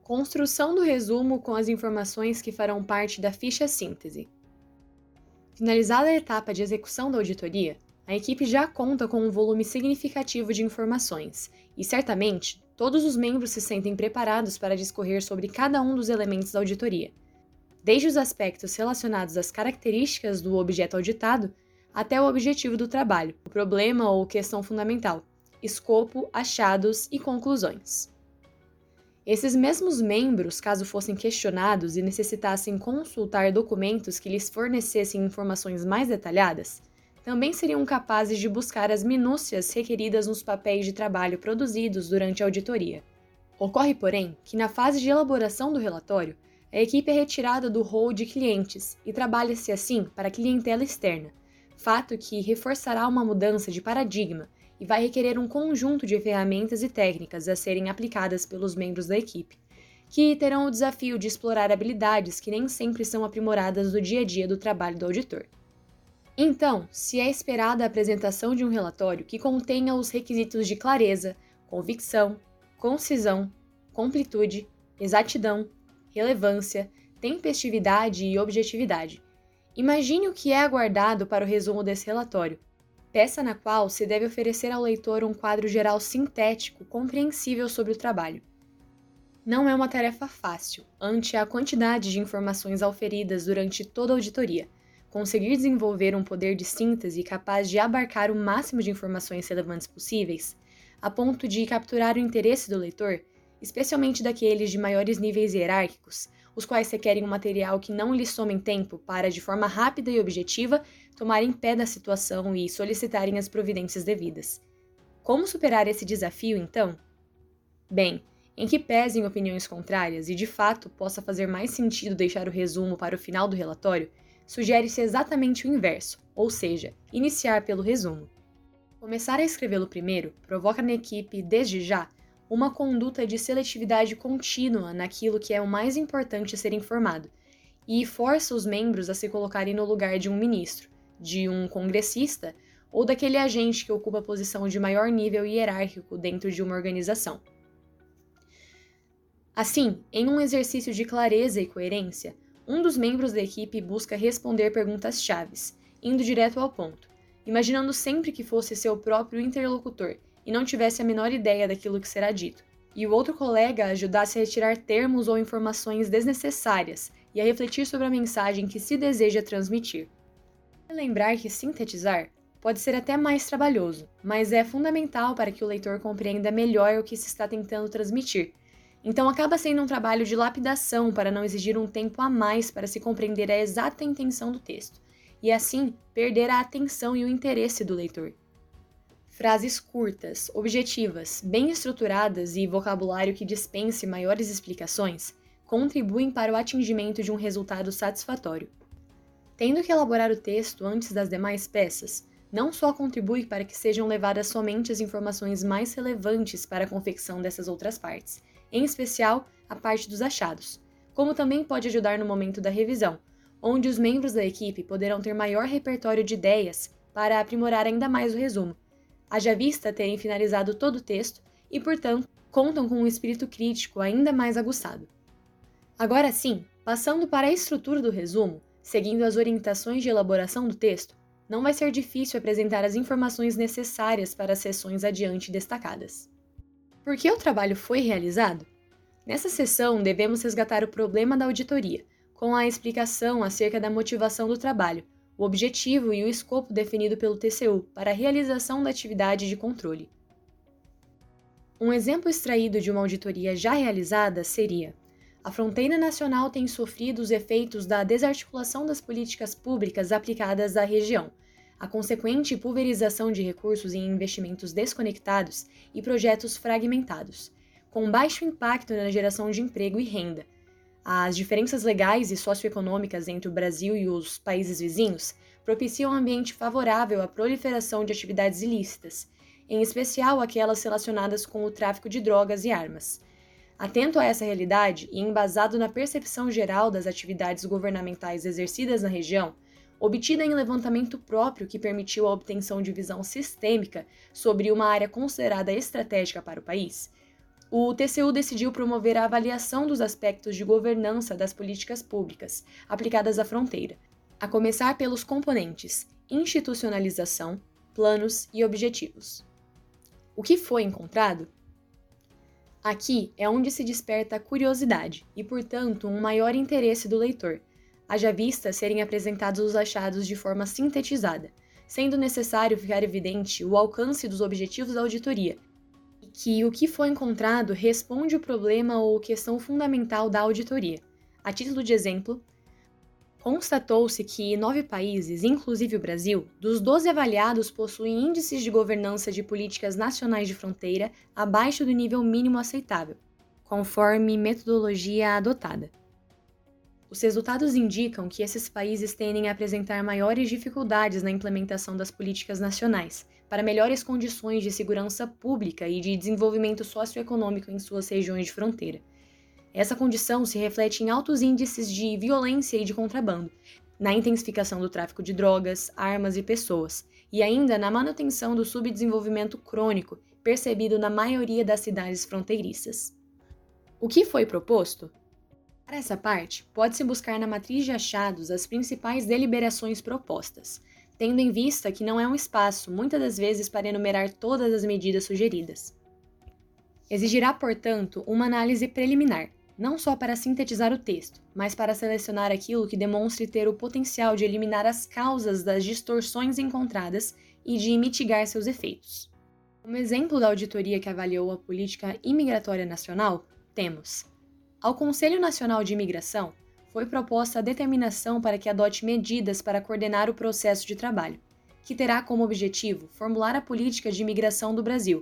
Construção do resumo com as informações que farão parte da ficha síntese. Finalizada a etapa de execução da auditoria, a equipe já conta com um volume significativo de informações e, certamente, todos os membros se sentem preparados para discorrer sobre cada um dos elementos da auditoria, desde os aspectos relacionados às características do objeto auditado até o objetivo do trabalho, o problema ou questão fundamental, escopo, achados e conclusões. Esses mesmos membros, caso fossem questionados e necessitassem consultar documentos que lhes fornecessem informações mais detalhadas, também seriam capazes de buscar as minúcias requeridas nos papéis de trabalho produzidos durante a auditoria. Ocorre, porém, que na fase de elaboração do relatório, a equipe é retirada do rol de clientes e trabalha-se assim para a clientela externa, fato que reforçará uma mudança de paradigma e vai requerer um conjunto de ferramentas e técnicas a serem aplicadas pelos membros da equipe, que terão o desafio de explorar habilidades que nem sempre são aprimoradas no dia a dia do trabalho do auditor. Então, se é esperada a apresentação de um relatório que contenha os requisitos de clareza, convicção, concisão, completude, exatidão, relevância, tempestividade e objetividade, imagine o que é aguardado para o resumo desse relatório, peça na qual se deve oferecer ao leitor um quadro geral sintético, compreensível sobre o trabalho. Não é uma tarefa fácil, ante a quantidade de informações auferidas durante toda a auditoria, conseguir desenvolver um poder de síntese capaz de abarcar o máximo de informações relevantes possíveis, a ponto de capturar o interesse do leitor, especialmente daqueles de maiores níveis hierárquicos, os quais requerem um material que não lhes tomem tempo para, de forma rápida e objetiva, tomarem pé da situação e solicitarem as providências devidas. Como superar esse desafio, então? Bem, em que pesem opiniões contrárias e, de fato, possa fazer mais sentido deixar o resumo para o final do relatório, sugere-se exatamente o inverso, ou seja, iniciar pelo resumo. Começar a escrevê-lo primeiro provoca na equipe, desde já, uma conduta de seletividade contínua naquilo que é o mais importante a ser informado, e força os membros a se colocarem no lugar de um ministro, de um congressista ou daquele agente que ocupa a posição de maior nível hierárquico dentro de uma organização. Assim, em um exercício de clareza e coerência, um dos membros da equipe busca responder perguntas-chave, indo direto ao ponto, imaginando sempre que fosse seu próprio interlocutor e não tivesse a menor ideia daquilo que será dito, e o outro colega ajudasse a retirar termos ou informações desnecessárias e a refletir sobre a mensagem que se deseja transmitir. Lembrar que sintetizar pode ser até mais trabalhoso, mas é fundamental para que o leitor compreenda melhor o que se está tentando transmitir. Então acaba sendo um trabalho de lapidação para não exigir um tempo a mais para se compreender a exata intenção do texto, e assim perder a atenção e o interesse do leitor. Frases curtas, objetivas, bem estruturadas e vocabulário que dispense maiores explicações contribuem para o atingimento de um resultado satisfatório. Tendo que elaborar o texto antes das demais peças, não só contribui para que sejam levadas somente as informações mais relevantes para a confecção dessas outras partes, em especial a parte dos achados, como também pode ajudar no momento da revisão, onde os membros da equipe poderão ter maior repertório de ideias para aprimorar ainda mais o resumo, haja vista terem finalizado todo o texto e, portanto, contam com um espírito crítico ainda mais aguçado. Agora sim, passando para a estrutura do resumo, seguindo as orientações de elaboração do texto, não vai ser difícil apresentar as informações necessárias para as seções adiante destacadas. Por que o trabalho foi realizado? Nessa seção, devemos resgatar o problema da auditoria, com a explicação acerca da motivação do trabalho, o objetivo e o escopo definido pelo TCU para a realização da atividade de controle. Um exemplo extraído de uma auditoria já realizada seria: a fronteira nacional tem sofrido os efeitos da desarticulação das políticas públicas aplicadas à região, a consequente pulverização de recursos em investimentos desconectados e projetos fragmentados, com baixo impacto na geração de emprego e renda. As diferenças legais e socioeconômicas entre o Brasil e os países vizinhos propiciam um ambiente favorável à proliferação de atividades ilícitas, em especial aquelas relacionadas com o tráfico de drogas e armas. Atento a essa realidade e embasado na percepção geral das atividades governamentais exercidas na região, obtida em levantamento próprio que permitiu a obtenção de visão sistêmica sobre uma área considerada estratégica para o país, o TCU decidiu promover a avaliação dos aspectos de governança das políticas públicas aplicadas à fronteira, a começar pelos componentes institucionalização, planos e objetivos. O que foi encontrado? Aqui é onde se desperta a curiosidade e, portanto, um maior interesse do leitor, haja vista serem apresentados os achados de forma sintetizada, sendo necessário ficar evidente o alcance dos objetivos da auditoria, e que o que foi encontrado responde o problema ou questão fundamental da auditoria. A título de exemplo, constatou-se que 9 países, inclusive o Brasil, dos 12 avaliados possuem índices de governança de políticas nacionais de fronteira abaixo do nível mínimo aceitável, conforme metodologia adotada. Os resultados indicam que esses países tendem a apresentar maiores dificuldades na implementação das políticas nacionais, para melhores condições de segurança pública e de desenvolvimento socioeconômico em suas regiões de fronteira. Essa condição se reflete em altos índices de violência e de contrabando, na intensificação do tráfico de drogas, armas e pessoas, e ainda na manutenção do subdesenvolvimento crônico percebido na maioria das cidades fronteiriças. O que foi proposto? Para essa parte, pode-se buscar na matriz de achados as principais deliberações propostas, tendo em vista que não é um espaço, muitas das vezes, para enumerar todas as medidas sugeridas. Exigirá, portanto, uma análise preliminar, não só para sintetizar o texto, mas para selecionar aquilo que demonstre ter o potencial de eliminar as causas das distorções encontradas e de mitigar seus efeitos. Como exemplo da auditoria que avaliou a política imigratória nacional, temos: ao Conselho Nacional de Imigração foi proposta a determinação para que adote medidas para coordenar o processo de trabalho, que terá como objetivo formular a política de imigração do Brasil,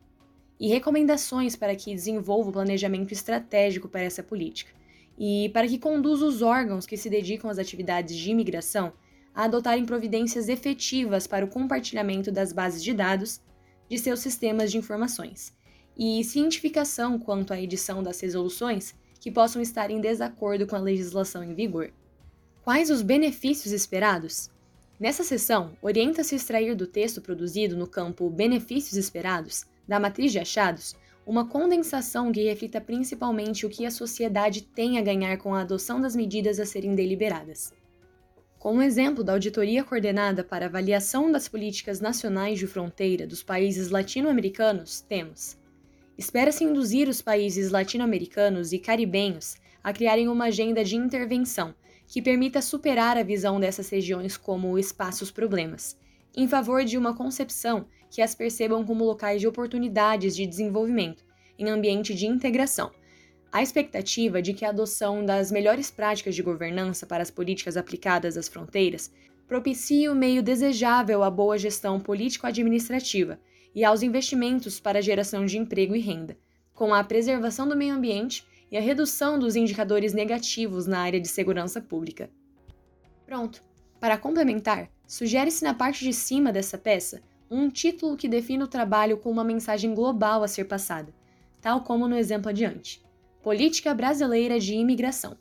e recomendações para que desenvolva o planejamento estratégico para essa política, e para que conduza os órgãos que se dedicam às atividades de imigração a adotarem providências efetivas para o compartilhamento das bases de dados de seus sistemas de informações, e cientificação quanto à edição das resoluções que possam estar em desacordo com a legislação em vigor. Quais os benefícios esperados? Nessa seção, orienta-se extrair do texto produzido no campo Benefícios Esperados, da matriz de achados, uma condensação que reflita principalmente o que a sociedade tem a ganhar com a adoção das medidas a serem deliberadas. Como exemplo da auditoria coordenada para avaliação das políticas nacionais de fronteira dos países latino-americanos, temos: espera-se induzir os países latino-americanos e caribenhos a criarem uma agenda de intervenção que permita superar a visão dessas regiões como espaços-problemas, em favor de uma concepção que as percebam como locais de oportunidades de desenvolvimento, em ambiente de integração. A expectativa de que a adoção das melhores práticas de governança para as políticas aplicadas às fronteiras propicie o meio desejável à boa gestão político-administrativa e aos investimentos para a geração de emprego e renda, com a preservação do meio ambiente e a redução dos indicadores negativos na área de segurança pública. Pronto! Para complementar, sugere-se na parte de cima dessa peça um título que defina o trabalho com uma mensagem global a ser passada, tal como no exemplo adiante: Política Brasileira de Imigração.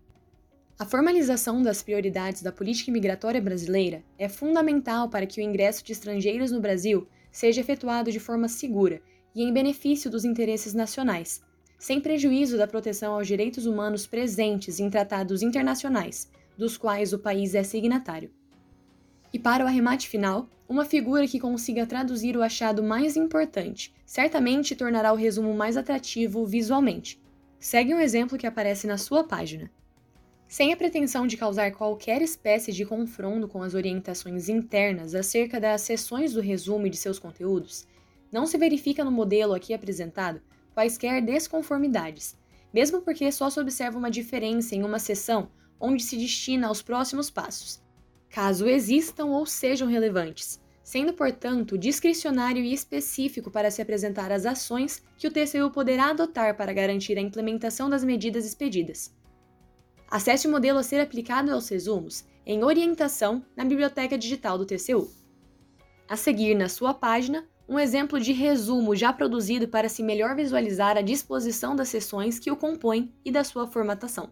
A formalização das prioridades da política imigratória brasileira é fundamental para que o ingresso de estrangeiros no Brasil seja efetuado de forma segura e em benefício dos interesses nacionais, sem prejuízo da proteção aos direitos humanos presentes em tratados internacionais, dos quais o país é signatário. E para o arremate final, uma figura que consiga traduzir o achado mais importante certamente tornará o resumo mais atrativo visualmente. Segue um exemplo que aparece na sua página. Sem a pretensão de causar qualquer espécie de confronto com as orientações internas acerca das seções do resumo e de seus conteúdos, não se verifica no modelo aqui apresentado quaisquer desconformidades, mesmo porque só se observa uma diferença em uma seção onde se destina aos próximos passos, caso existam ou sejam relevantes, sendo, portanto, discricionário e específico para se apresentar as ações que o TCU poderá adotar para garantir a implementação das medidas expedidas. Acesse o modelo a ser aplicado aos resumos em Orientação na Biblioteca Digital do TCU. A seguir, na sua página, um exemplo de resumo já produzido para se melhor visualizar a disposição das seções que o compõem e da sua formatação.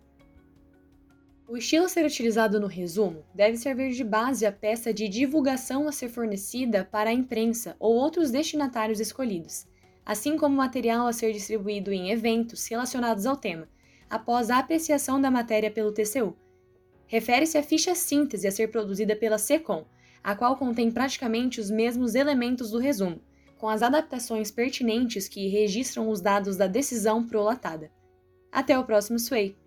O estilo a ser utilizado no resumo deve servir de base à peça de divulgação a ser fornecida para a imprensa ou outros destinatários escolhidos, assim como material a ser distribuído em eventos relacionados ao tema, após a apreciação da matéria pelo TCU. Refere-se à ficha síntese a ser produzida pela SECOM, a qual contém praticamente os mesmos elementos do resumo, com as adaptações pertinentes que registram os dados da decisão prolatada. Até o próximo Sway!